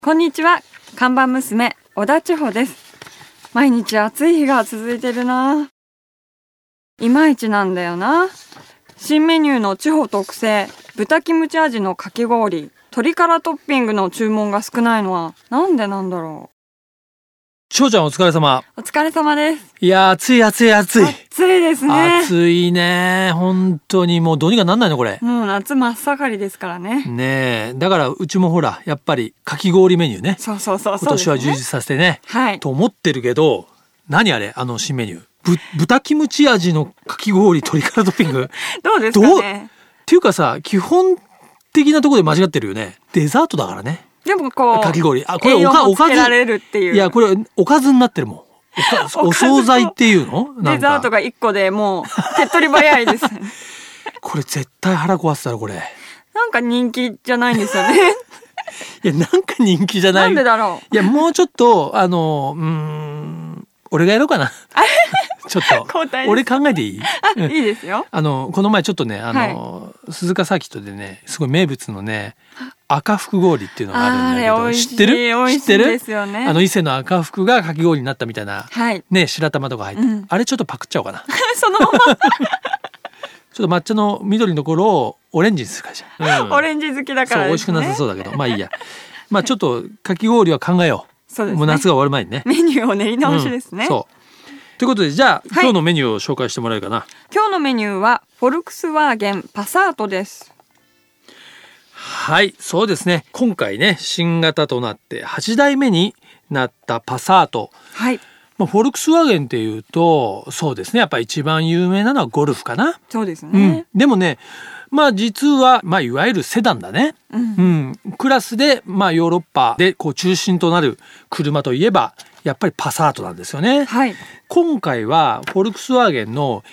こんにちは、看板娘小田千穂です。毎日暑い日が続いてるな。いまいちなんだよな。新メニューの千穂特製豚キムチ味のかき氷、鶏辛トッピングの注文が少ないのはなんでなんだろう。 千穂ちゃんお疲れ様。 お疲れ様です。 いや暑い暑い暑いですね。 暑いね。本当にもうどうにかなんないのこれ。 もう夏真っ盛りですからね。 ねえ、だからうちもほらやっぱりかき氷メニューね。 そう今年は充実させてね、 はい、 と思ってるけど、何あれ新メニュー、豚キムチ味のかき氷鶏辛トッピングどうですかね。 っていうかさ、基本的なところで間違ってるよね。デザートだからね。 でもこうかき氷、これ栄養もつけられるっていう。 いやこれおかずになってるもん。お惣菜っていうのデザートが1個でもう手っ取り早いですね。 これ絶対腹壊すだろこれ。 なんか人気じゃないんですよね。 いやなんか人気じゃない。 なんでだろう。 いやもうちょっと俺がやろうかな。ちょっと俺考えていい？ いいですよ。 この前ちょっとね鈴鹿サーキットでね、すごい名物のね赤福氷っていうのがあるんだけど、知ってる？知ってる？ ですよね。 伊勢の赤福がかき氷になったみたいな、 はい、 ね、白玉とか入って、あれちょっとパクっちゃおうかな。 そのままちょっと抹茶の緑のところをオレンジにするかじゃん、 オレンジ好きだからですね。 そう美味しくなさそうだけど、まあいいや。まあちょっとかき氷は考えよう。 そうですね、 もう夏が終わる前にね、 メニューを練り直しですね、 そうということで、じゃあ、今日のメニューを紹介してもらえるかな。 今日のメニューはフォルクスワーゲンパサートです。 はい、そうですね。今回ね新型となって8代目になったパサート。 はい、 フォルクスワーゲンっていうとそうですね、やっぱり一番有名なのはゴルフかな。 そうですね、 でもね、実はいわゆるセダンだね、クラスでヨーロッパでこう中心となる車といえばやっぱりパサートなんですよね、 はい、 今回はフォルクスワーゲンの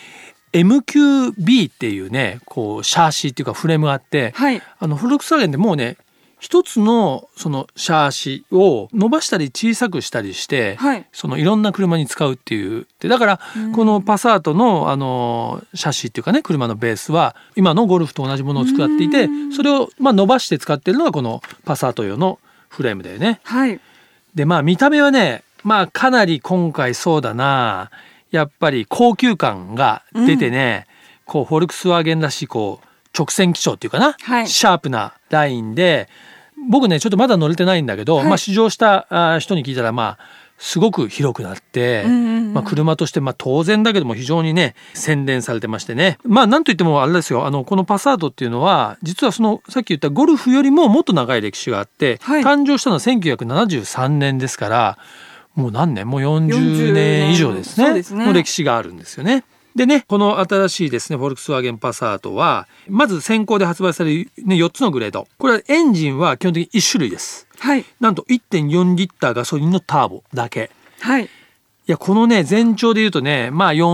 MQB っていうねこうシャーシっていうかフレームがあって、 はい、 フォルクスワーゲンでもうね一つのそのシャーシを伸ばしたり小さくしたりして、 はい、 いろんな車に使うっていう。でだからこのパサートのシャーシっていうかね、車のベースは今のゴルフと同じものを使っていて、それを伸ばして使ってるのがこのパサート用のフレームだよね。 はい、 で見た目はねかなり今回そうだな、やっぱり高級感が出てね、こうフォルクスワーゲンらしいこう直線基調っていうかな、シャープなラインで、僕ねちょっとまだ乗れてないんだけど、試乗した人に聞いたらすごく広くなって、車として当然だけども非常にね洗練されてましてね、なんといってもあれですよ、このパサートっていうのは実はさっき言ったゴルフよりももっと長い歴史があって、誕生したのは1973年ですから、もう何年もう40年以上ですね、の歴史があるんですよね。でね、この新しいですねフォルクスワーゲンパサートはまず先行で発売される、4つのグレード。これはエンジンは基本的に1種類です、なんと 1.4 リッターガソリンのターボだけ、いやこのね全長でいうとね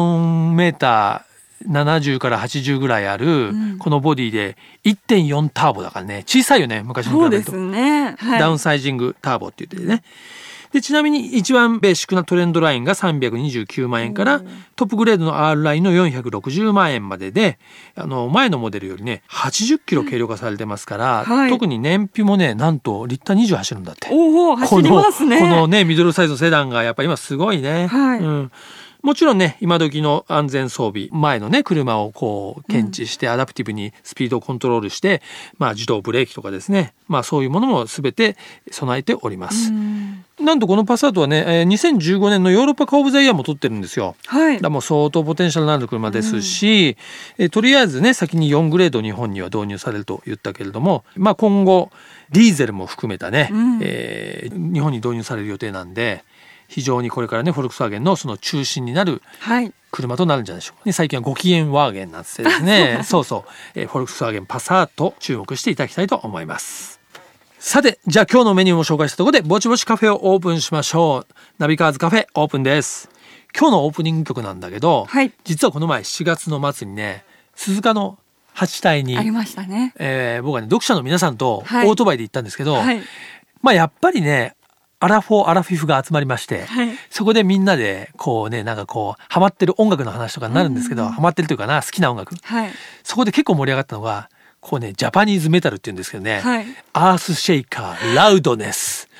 4メーター70から80ぐらいあるこのボディで 1.4 ターボだからね、小さいよね昔に比べると。 そうですね、 ダウンサイジングターボって言ってね。でちなみに一番ベーシックなトレンドラインが329万円からトップグレードの R ラインの460万円までで、前のモデルよりね80キロ軽量化されてますから、特に燃費もねなんとリッター20走るんだって。 走りますね。 このねミドルサイズのセダンがやっぱり今すごいね、もちろんね今時の安全装備、前のね車をこう検知してアダプティブにスピードをコントロールして、自動ブレーキとかですね、そういうものも全て備えております。なんとこのパサートはね、2015年のヨーロッパカーオブザイヤーも取ってるんですよ。だもう相当ポテンシャルのある車ですし、とりあえずね先に4グレード日本には導入されると言ったけれども、今後ディーゼルも含めたね、日本に導入される予定なんで、非常にこれからねフォルクスワーゲンのその中心になる車となるんじゃないでしょうかね。最近はご機嫌ワーゲンなんつってですねフォルクスワーゲンパサート注目していただきたいと思います。さてじゃあ今日のメニューも紹介したところでぼちぼちカフェをオープンしましょう。ナビカーズカフェオープンです。今日のオープニング曲なんだけど、実はこの前7月の末にね鈴鹿の8体にありましたね、 僕はね読者の皆さんとオートバイで行ったんですけど、やっぱりねアラフォーアラフィフが集まりまして、そこでみんなでこうねなんかこうハマってる音楽の話とかになるんですけど、ハマってるというかな好きな音楽、そこで結構盛り上がったのがこうねジャパニーズメタルっていうんですけどね、アースシェイカーラウドネス、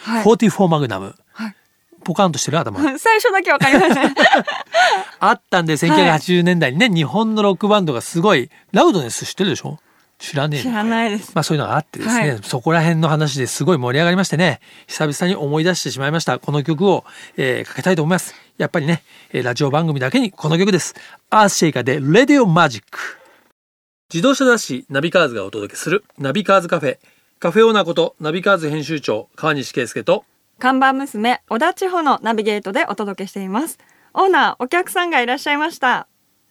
44マグナム、ポカンとしてる頭最初だけわかりませんあったんで、1980年代にね、日本のロックバンドがすごいラウドネス知ってるでしょ？知らねえ。 知らないです。 そういうのがあってですね、そこら辺の話ですごい盛り上がりましてね、久々に思い出してしまいました。この曲を、かけたいと思います。やっぱりね、ラジオ番組だけにこの曲です。アースシェイカーでレディオマジック。自動車雑誌ナビカーズがお届けするナビカーズカフェ。カフェオーナーことナビカーズ編集長川西圭介と看板娘小田千穂のナビゲートでお届けしています。オーナー、お客さんがいらっしゃいました。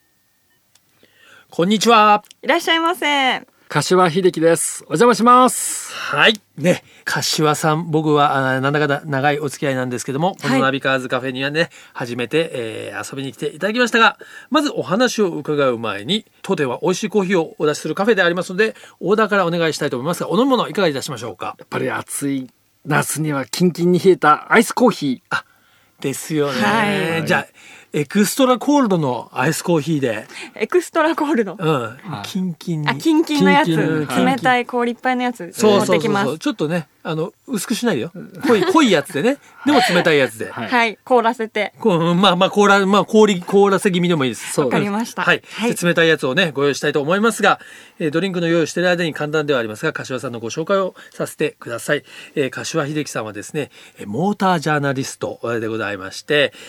こんにちは。 いらっしゃいませ。 柏秀樹です。お邪魔します。 はいね、柏さん、僕はなんだかんだ長いお付き合いなんですけども、このナビカーズカフェにはね、初めて、遊びに来ていただきましたが、まずお話を伺う前に、当店は美味しいコーヒーをお出しするカフェでありますので、オーダーからお願いしたいと思いますが、お飲み物いかがいたしましょうか？ やっぱり暑い夏にはキンキンに冷えたアイスコーヒー。 ですよね。じゃあエクストラコールドのアイスコーヒーで。 エクストラコールド。 キンキンに。 キンキンのやつ。冷たい氷いっぱいのやつ。 そう。ちょっとね、薄くしないでよ。濃いやつでね。でも冷たいやつで。 はい。凍らせて。 凍らせ気味でもいいです。 わかりました。 はい。冷たいやつをね、ご用意したいと思いますが、ドリンクの用意をしている間に簡単ではありますが、柏さんのご紹介をさせてください。柏秀樹さんはですね、モータージャーナリストでございまして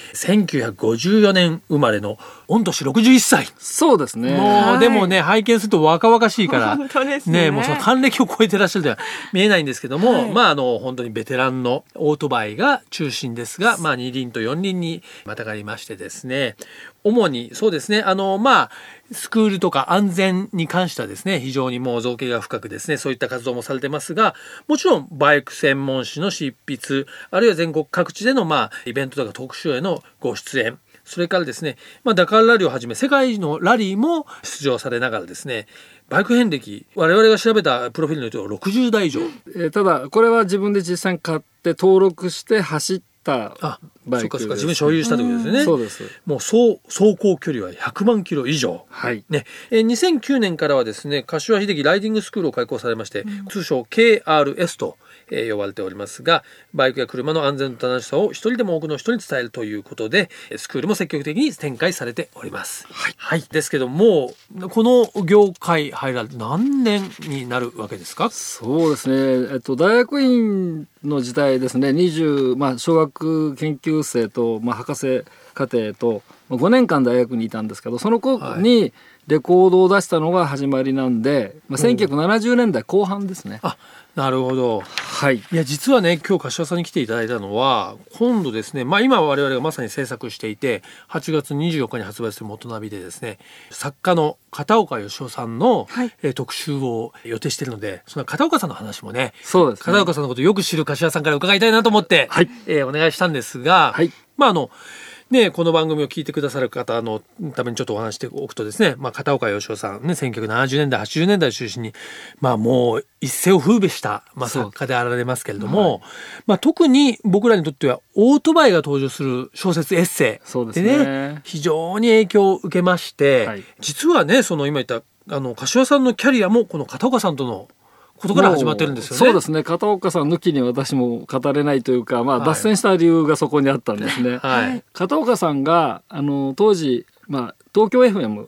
、1954年生まれの御年61歳。 そうですね。 もう、でもね、拝見すると若々しいから、 本当ですね。 もうその還暦を超えてらっしゃるとは見えないんですけども、本当にベテランのオートバイが中心ですが、2輪と4輪にまたがりましてですね、主にそうですね、スクールとか安全に関してはですね、非常にもう造詣が深くですね、そういった活動もされてますが、もちろんバイク専門誌の執筆、あるいは全国各地でのイベントとか特集へのご出演、それからですね、ダカールラリーをはじめ世界のラリーも出場されながらですね、バイク遍歴、我々が調べたプロフィールの人は60台以上。 ただこれは自分で実際に買って登録して走ったバイクです。 そうか、自分所有したということですね。 そうです。 もう走行距離は100万キロ以上。ね、2009年からはですね、柏秀樹ライディングスクールを開講されまして、通称 KRS と呼ばれておりますが、バイクや車の安全の正しさを一人でも多くの人に伝えるということで、スクールも積極的に展開されております。ですけども、この業界入られて何年になるわけですか？ そうですね、大学院の時代ですね、小学研究生と、博士課程と5年間大学にいたんですけど、その子にレコードを出したのが始まりなんで、1970年代後半ですね。 なるほど。いや、実はね、今日柏さんに来ていただいたのは、今度ですね、今我々がまさに制作していて、8月24日に発売する元ナビでですね、作家の片岡義雄さんの、特集を予定しているので、その片岡さんの話もね、 そうですね、 片岡さんのことをよく知る柏さんから伺いたいなと思って、お願いしたんですが、この番組を聞いてくださる方のためにちょっとお話しておくとですね、片岡義雄さんね、1970年代80年代を中心にもう一世を風靡した、作家であられますけれども、特に僕らにとってはオートバイが登場する小説エッセイでね、非常に影響を受けまして、実はね、その今言った柏さんのキャリアもこの片岡さんとのことから始まってるんですよね。 そうですね、片岡さん抜きに私も語れないというか、脱線した理由がそこにあったんですね。片岡さんが当時、東京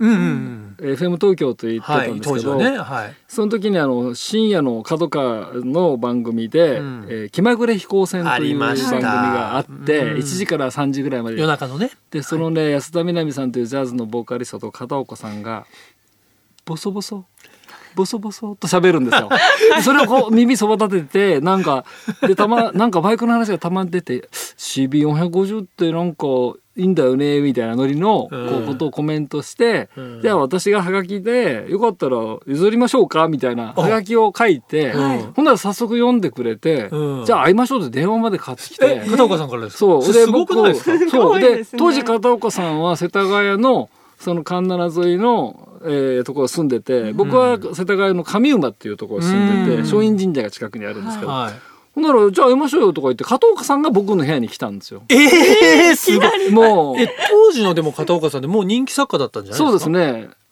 FM、FM 東京と言ってたんですけど、その時に深夜の角川の番組で、気まぐれ飛行船という番組があって、1時から3時ぐらいまで夜中のね、 でそのね、安田みなみさんというジャズのボーカリストと片岡さんがボソボソと喋るんですよ。それを耳そば立てて、なんかバイクの話がたまに出て、 CB450 ってなんかいいんだよねみたいなノリのことをコメントして、じゃあ私がハガキでよかったら譲りましょうかみたいなハガキを書いて、ほんなら早速読んでくれて、じゃあ会いましょうって電話までかかってきて、 片岡さんからですか？ そうすごくないですか？ そうで、当時片岡さんは世田谷のその環七沿いのところ住んでて、僕は世田谷の上馬っていうところ住んでて、松陰神社が近くにあるんですけど、ほんならじゃあ会いましょうよとか言って、片岡さんが僕の部屋に来たんですよ。 すごい。もう当時のでも片岡さんでもう人気作家だったんじゃないですか？ そうですね。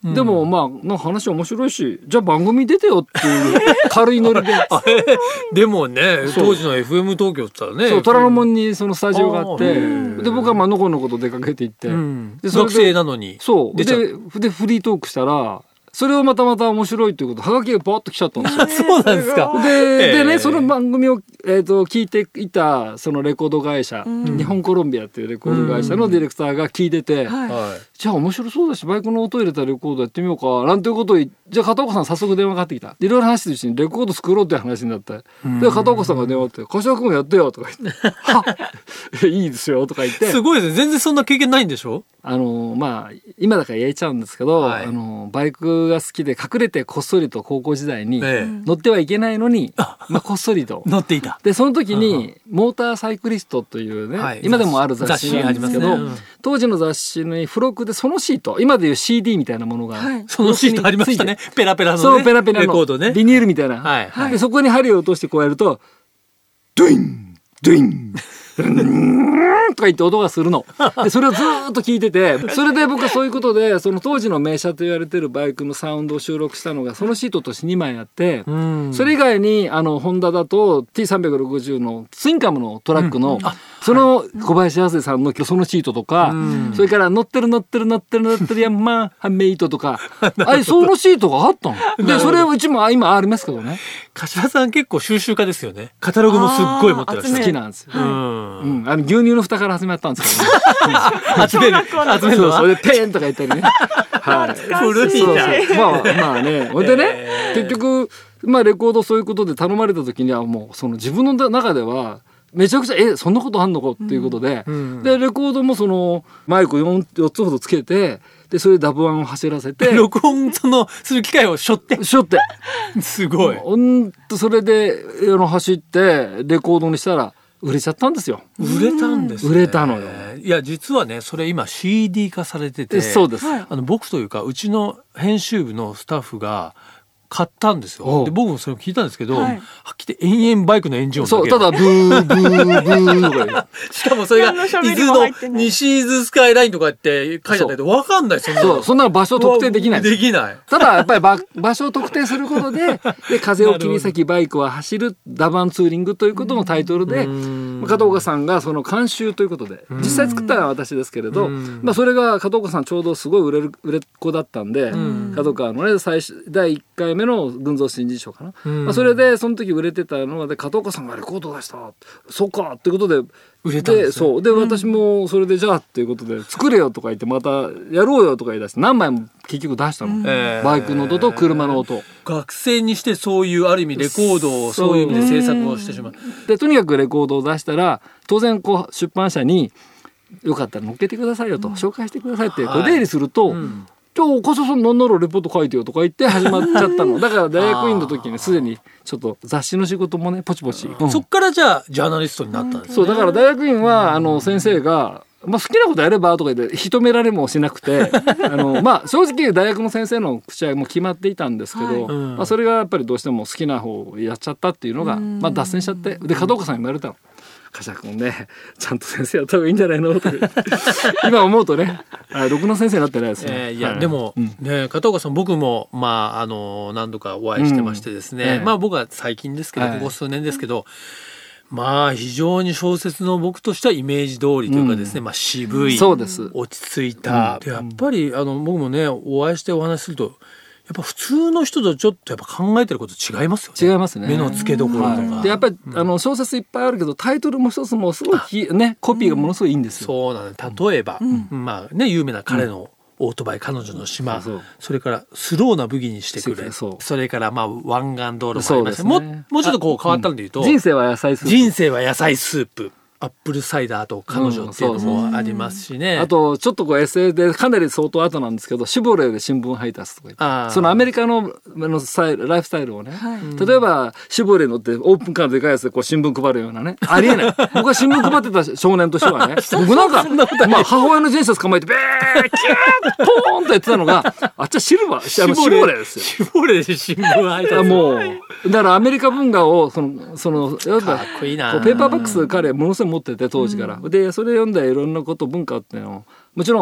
でもまあなんか話面白いし、じゃあ番組出てよっていう軽いノリででもね当時の FM 東京って言ったらね、 そう虎ノ門にそのスタジオがあって、で僕はまあのこのこと出かけて行って、 で学生なのにそうでフリートークしたら、それをまた面白いということでハガキがバーッと来ちゃったんですよ。 そうなんですか。 でね、その番組を、聞いていたそのレコード会社、日本コロンビアっていうレコード会社のディレクターが聞いてて、じゃあ面白そうだしバイクの音入れたレコードやってみようかなんていうことを、じゃあ片岡さん早速電話かかってきた。いろいろ話してるうちにレコード作ろうって話になって、で片岡さんが電話って「柏君やってよ」とか言って「はいいですよ」とか言って。 すごいですね。全然そんな経験ないんでしょ。 まあ今だから言えちゃうんですけど、バイクが好きで隠れてこっそりと高校時代に乗ってはいけないのに、こっそりと乗っていた。 でその時にモーターサイクリストというね、今でもある雑誌なんですけど、当時の雑誌に付録でそのシート、今でいう CD みたいなものがそのシートありましたね。ペラペラのね、 そうペラペラのレコードね、 ビニールみたいな、でそこに針を落としてこうやるとドゥインドゥインとか言って音がするので、それをずっと聞いてて、それで僕はそういうことでその当時の名車と言われてるバイクのサウンドを収録したのがそのシートとして2枚あって、それ以外にホンダだと T360 のツインカムのトラックの、その小林康さんのそのシートとか、それから乗ってるヤンマーハメイトとかそのシートがあったので、それをうちも今ありますけどね。 柏さん結構収集家ですよね。カタログもすっごい持ってらっしゃる。 好きなんですよ。牛乳の蓋から始まったんですけどね。 集めるのはそれでペンとか言ったりね。 古いな。 まあね。ほんでね、結局レコードそういうことで頼まれた時にはもうその自分の中ではめちゃくちゃそんなことあんのかっていうことで、でレコードもそのマイク 4つほどつけて、でそれでダブワンを走らせて録音する機械を背負ってすごい。 それで走ってレコードにしたら売れちゃったんですよ。 売れたんですね。 売れたのよ。 いや実はねそれ今 CD 化されてて、 そうです。 僕というかうちの編集部のスタッフが買ったんですよ。で僕もそれを聞いたんですけど、来て延々バイクのエンジン音だけ。 そう、ただブーブーブーとかしかもそれが伊豆の西伊豆スカイラインとかって書いてあったけど分かんない。 そんな場所特定できない。 できない。 ただやっぱり場所を特定することで風を切り裂きバイクは走るダバンツーリングということのタイトルで、片岡さんがその監修ということで、実際作ったのは私ですけれど、それが片岡さんちょうどすごい売れっ子だったんで、片岡のね第1回目の群像新人賞かな、それでその時売れてたので片岡さんがレコード出したそうかっていうことで売れたんですね。 そうで私もそれでじゃあっていうことで作れよとか言ってまたやろうよとか言い出して何枚も結局出したの、バイクの音と車の音。 学生にしてそういうある意味レコードをそういう意味で制作をしてしまう。 でとにかくレコードを出したら当然こう出版社によかったら乗っけてくださいよと、紹介してくださいってこう出入りすると、じゃあ岡田さんなんならレポート書いてよとか言って始まっちゃったの。だから大学院の時にすでにちょっと雑誌の仕事もねポチポチ、 そっからじゃあジャーナリストになったんですね。 そうだから大学院は先生が好きなことやればとか言って認められもしなくて正直大学の先生の口はもう決まっていたんですけど、それがやっぱりどうしても好きな方をやっちゃったっていうのが、脱線しちゃって、で片岡さんに言われたの。柏君ねちゃんと先生やった方がいいんじゃないのとか今思うとねろくな先生になってないですね。 いやでもね片岡さん僕も何度かお会いしてましてですね、僕は最近ですけどここ数年ですけど、非常に小説の僕としてはイメージ通りというかですね、渋い、 そうです、 落ち着いた、でやっぱり僕もねお会いしてお話しするとやっぱ普通の人とちょっとやっぱ考えてること違いますよね。 違いますね。 目の付けどころとか、 でやっぱり小説いっぱいあるけどタイトルも一つもすごいコピーがものすごいいいんですよ。 そうなんです。例えば、有名な彼のオートバイ彼女の島、それからスローなブギにしてくれ、それから湾岸道路もありました。もうちょっとこう変わったので言うと、 人生は野菜スープ、アップルサイダーと彼女っていうのもありますしね。 あとちょっとこうエッセイでかなり相当後なんですけどシボレーで新聞配達とか言って、そのアメリカのライフスタイルをね、例えばシボレー乗ってオープンカーのでかいやつでこう新聞配るようなね、ありえない僕は新聞配ってた少年としてはね僕なんか母親の人生捕まえてベーキューポーンとやってたのがあっちはシボレーですよ。 シボレーで新聞配達もうだからアメリカ文化をそのやっぱかっこいいな。 ペーパーバックス彼ものすごい持ってて当時から、でそれ読んでいろんなこと文化っていうのをもちろん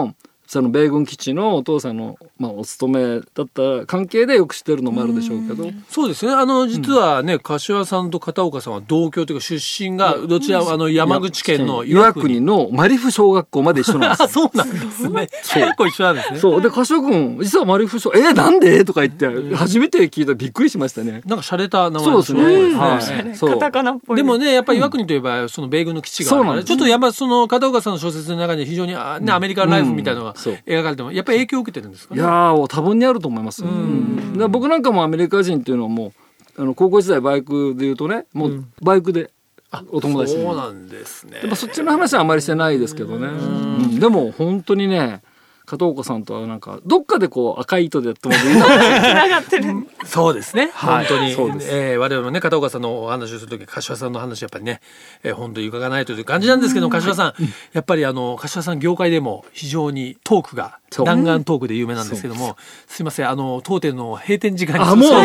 その米軍基地のお父さんの、お勤めだった関係でよく知ってるのもあるでしょうけど。 そうですね。実はね、柏さんと片岡さんは同郷というか出身がどちら山口県の岩国のマリフ小学校まで一緒なんです。 そうなんですね。結構一緒なんですね。 そうで柏君実はマリフ小なんでとか言って初めて聞いたらびっくりしましたね。 なんか洒落た名前そうですね。 カタカナっぽい。 でもねやっぱり岩国といえばその米軍の基地があるから、ちょっとその片岡さんの小説の中で非常にアメリカンライフみたいなのが描かれてもやっぱり影響を受けてるんですかね。 いや多分にあると思います。で僕なんかもアメリカ人っていうのはもう高校時代バイクでいうとねもうバイクでお友達に、 そうなんですね。 でもそっちの話はあんまりしてないですけどね。でも本当にね片岡さんとはなんかどっかでこう赤い糸でやってもいいな繋がってる。 そうですね、本当に、 そうです。 我々もね片岡さんのお話をするとき柏さんの話やっぱりね、本当に伺わないという感じなんですけど、柏さんやっぱり柏さん業界でも非常にトークが弾丸トークで有名なんですけども、すいません当店の閉店時間にもう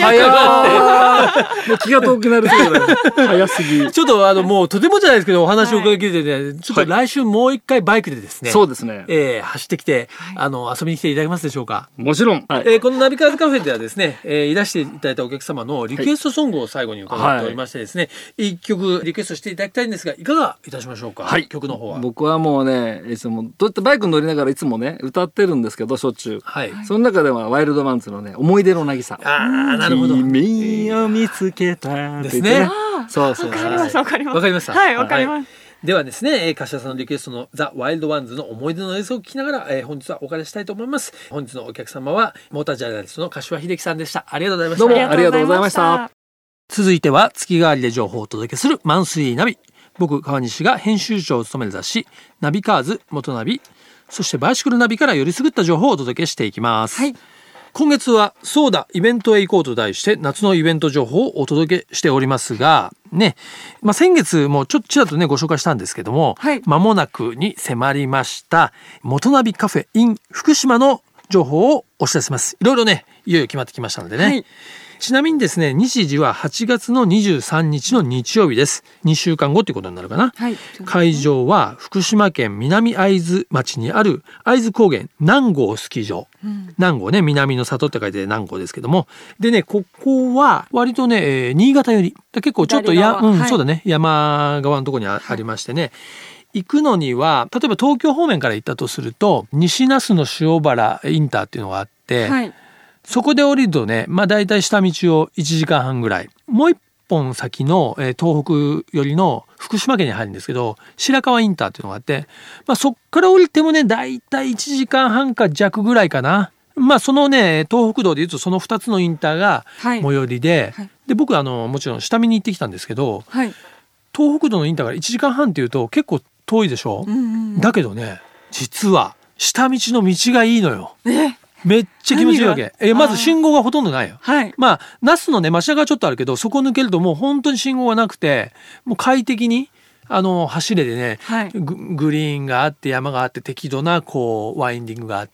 気が遠くなるそうだ早すぎ。 ちょっともうとてもじゃないですけどお話を伺い切れてね、ちょっと来週もう一回バイクでですね、 そうですね、 走ってきて遊びに来ていただけますでしょうか。 もちろん、 このナビカーズカフェではですね、いらしていただいたお客様のリクエストソングを最後に伺っておりましてですね、一曲リクエストしていただきたいんですがいかがいたしましょうか。曲の方は僕はもうねいつもどうやってバイクに乗りながらいつもね歌ってるんですけどしょっちゅう、その中ではワイルドマンズのね思い出の渚。 なるほど。 君を見つけたですね。 そうわかりますわかります。 わかりました。 はいわかります。 ではですね、柏さんのリクエストのザ・ワイルドワンズの思い出の映像を聞きながら、本日はお別れしたいと思います。本日のお客様はモータージャーナリストの柏秀樹さんでした。ありがとうございました。 どうもありがとうございました。 続いては月替わりで情報をお届けするマンスリーナビ。僕川西が編集長を務める雑誌ナビカーズ元ナビ、そしてバイシクルナビからよりすぐった情報をお届けしていきます。今月はそうだイベントへ行こうと題して夏のイベント情報をお届けしておりますがね、先月もちょっとちらっとねご紹介したんですけども、間もなくに迫りました元ナビカフェ in 福島の情報をお知らせします。いろいろねいよいよ決まってきましたのでね、ちなみにですね日時は8月の23日の日曜日です。2週間後ということになるかな、会場は福島県南会津町にある会津高原南郷スキー場、南郷ね南の里って書いて南郷ですけども、でねここは割とね、新潟より結構ちょっとそうだね山側のところに ありましてね、行くのには例えば東京方面から行ったとすると西那須の塩原インターっていうのがあって、そこで降りるとねだいたい下道を1時間半ぐらい、もう一本先の東北寄りの福島県に入るんですけど白河インターっていうのがあって、そっから降りてもねだいたい1時間半か弱ぐらいかな。そのね東北道でいうとその2つのインターが最寄りで、で僕もちろん下見に行ってきたんですけど、東北道のインターから1時間半っていうと結構遠いでしょ、だけどね実は下道の道がいいのよ。めっちゃ気持ちいいわけ。まず信号がほとんどないよ。那須のね街中がちょっとあるけどそこ抜けるともう本当に信号がなくてもう快適に走れでね、グリーンがあって山があって適度なこうワインディングがあって、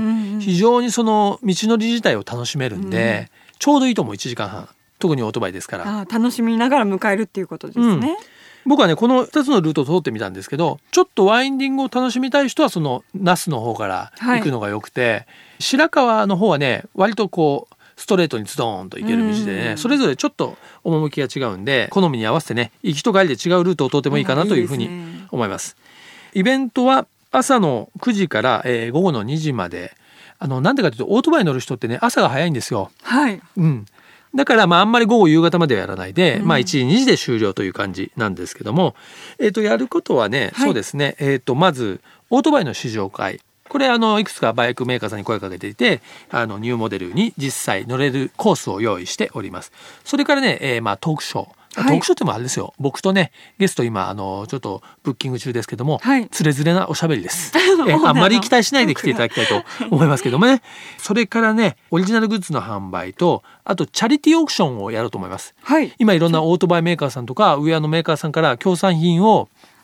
非常にその道のり自体を楽しめるんで、ちょうどいいと思う。1時間半特にオートバイですから。 楽しみながら迎えるっていうことですね。 僕はねこの2つのルートを通ってみたんですけど、ちょっとワインディングを楽しみたい人はその那須の方から行くのがよくて、白河の方はね割とこうストレートにズドーンと行ける道でね、それぞれちょっと趣が違うんで好みに合わせてね行きと帰りで違うルートを通ってもいいかなというふうに思います。イベントは朝の9時から、午後の2時まで、なんでかというとオートバイ乗る人ってね朝が早いんですよ。だからあんまり午後夕方まではやらないで、1時2時で終了という感じなんですけども、やることはね、そうですね、まずオートバイの試乗会、これいくつかバイクメーカーさんに声かけていてニューモデルに実際乗れるコースを用意しております。それからね、トークショー、トークショーってもあれですよ、僕とねゲスト今ちょっとブッキング中ですけども、つれづれなおしゃべりですあんまり期待しないで来ていただきたいと思いますけどもねそれからねオリジナルグッズの販売とあとチャリティーオークションをやろうと思います。今いろんなオートバイメーカーさんとかウェアのメーカーさんから協賛品を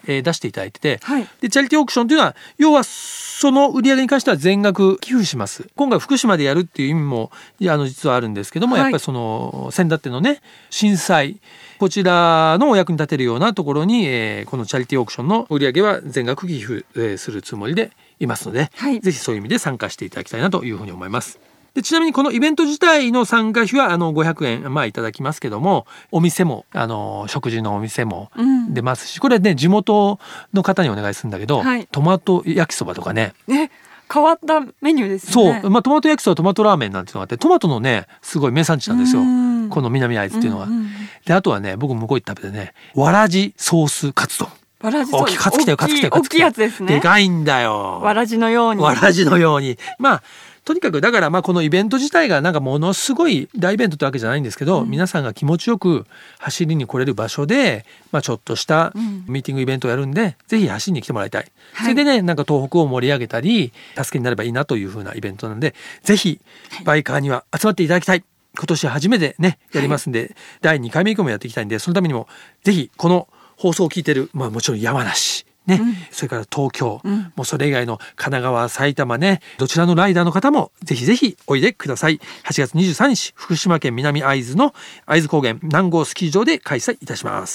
出していただいてて、 はい、 でチャリティーオークションというのは要はその売り上げに関しては全額寄付します。今回福島でやるっていう意味も実はあるんですけども、やっぱりその先だってのね震災こちらのお役に立てるようなところに、このチャリティーオークションの売り上げは全額寄付、するつもりでいますので、 はい、 ぜひそういう意味で参加していただきたいなというふうに思います。でちなみにこのイベント自体の参加費は500円いただきますけども、お店も食事のお店も出ますし、これね地元の方にお願いするんだけど、はい、トマト焼きそばとかね、 変わったメニューですね。 そう、トマト焼きそばトマトラーメンなんていうのがあって、トマトのねすごい名産地なんですよ、この南会津っていうのは。であとはね僕向こう行って食べてねわらじソースカツ丼。 大きいやつですね。 でかいんだよ。 わらじのように。 とにかくだからこのイベント自体がなんかものすごい大イベントってわけじゃないんですけど、皆さんが気持ちよく走りに来れる場所で、ちょっとしたミーティングイベントをやるんで、ぜひ走りに来てもらいたい。それでねなんか東北を盛り上げたり助けになればいいなという風なイベントなんで、ぜひバイカーには集まっていただきたい。今年初めてねやりますんで、第2回目以降もやっていきたいんで、そのためにもぜひこの放送を聞いてる、もちろん山梨ね、それから東京、もうそれ以外の神奈川埼玉ね、どちらのライダーの方もぜひぜひおいでください。8月23日福島県南会津の会津高原南郷スキー場で開催いたします。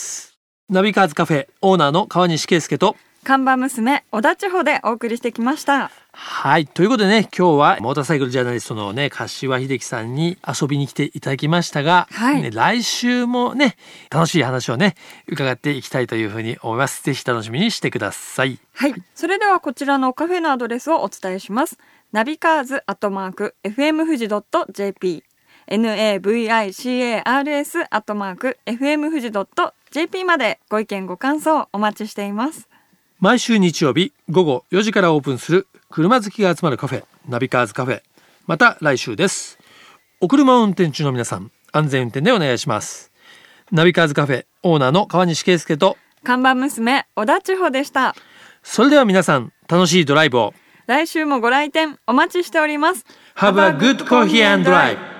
ナビカーズカフェオーナーの川西圭介と看板娘小田千穂でお送りしてきました。 はい、ということでね今日はモーターサイクルジャーナリストのね柏秀樹さんに遊びに来ていただきましたが、来週もね楽しい話をね伺っていきたいというふうに思います。ぜひ楽しみにしてください。 はい、それではこちらのカフェのアドレスをお伝えします。ナビカーズ@fm富士 .jp navicars@fm富士 .jp までご意見ご感想お待ちしています。 毎週日曜日午後4時からオープンする車好きが集まるカフェナビカーズカフェ、また来週です。お車を運転中の皆さん安全運転でお願いします。ナビカーズカフェオーナーの川西圭介と看板娘小田千穂でした。 それでは皆さん楽しいドライブを。 来週もご来店お待ちしております。 Have a good coffee and drive.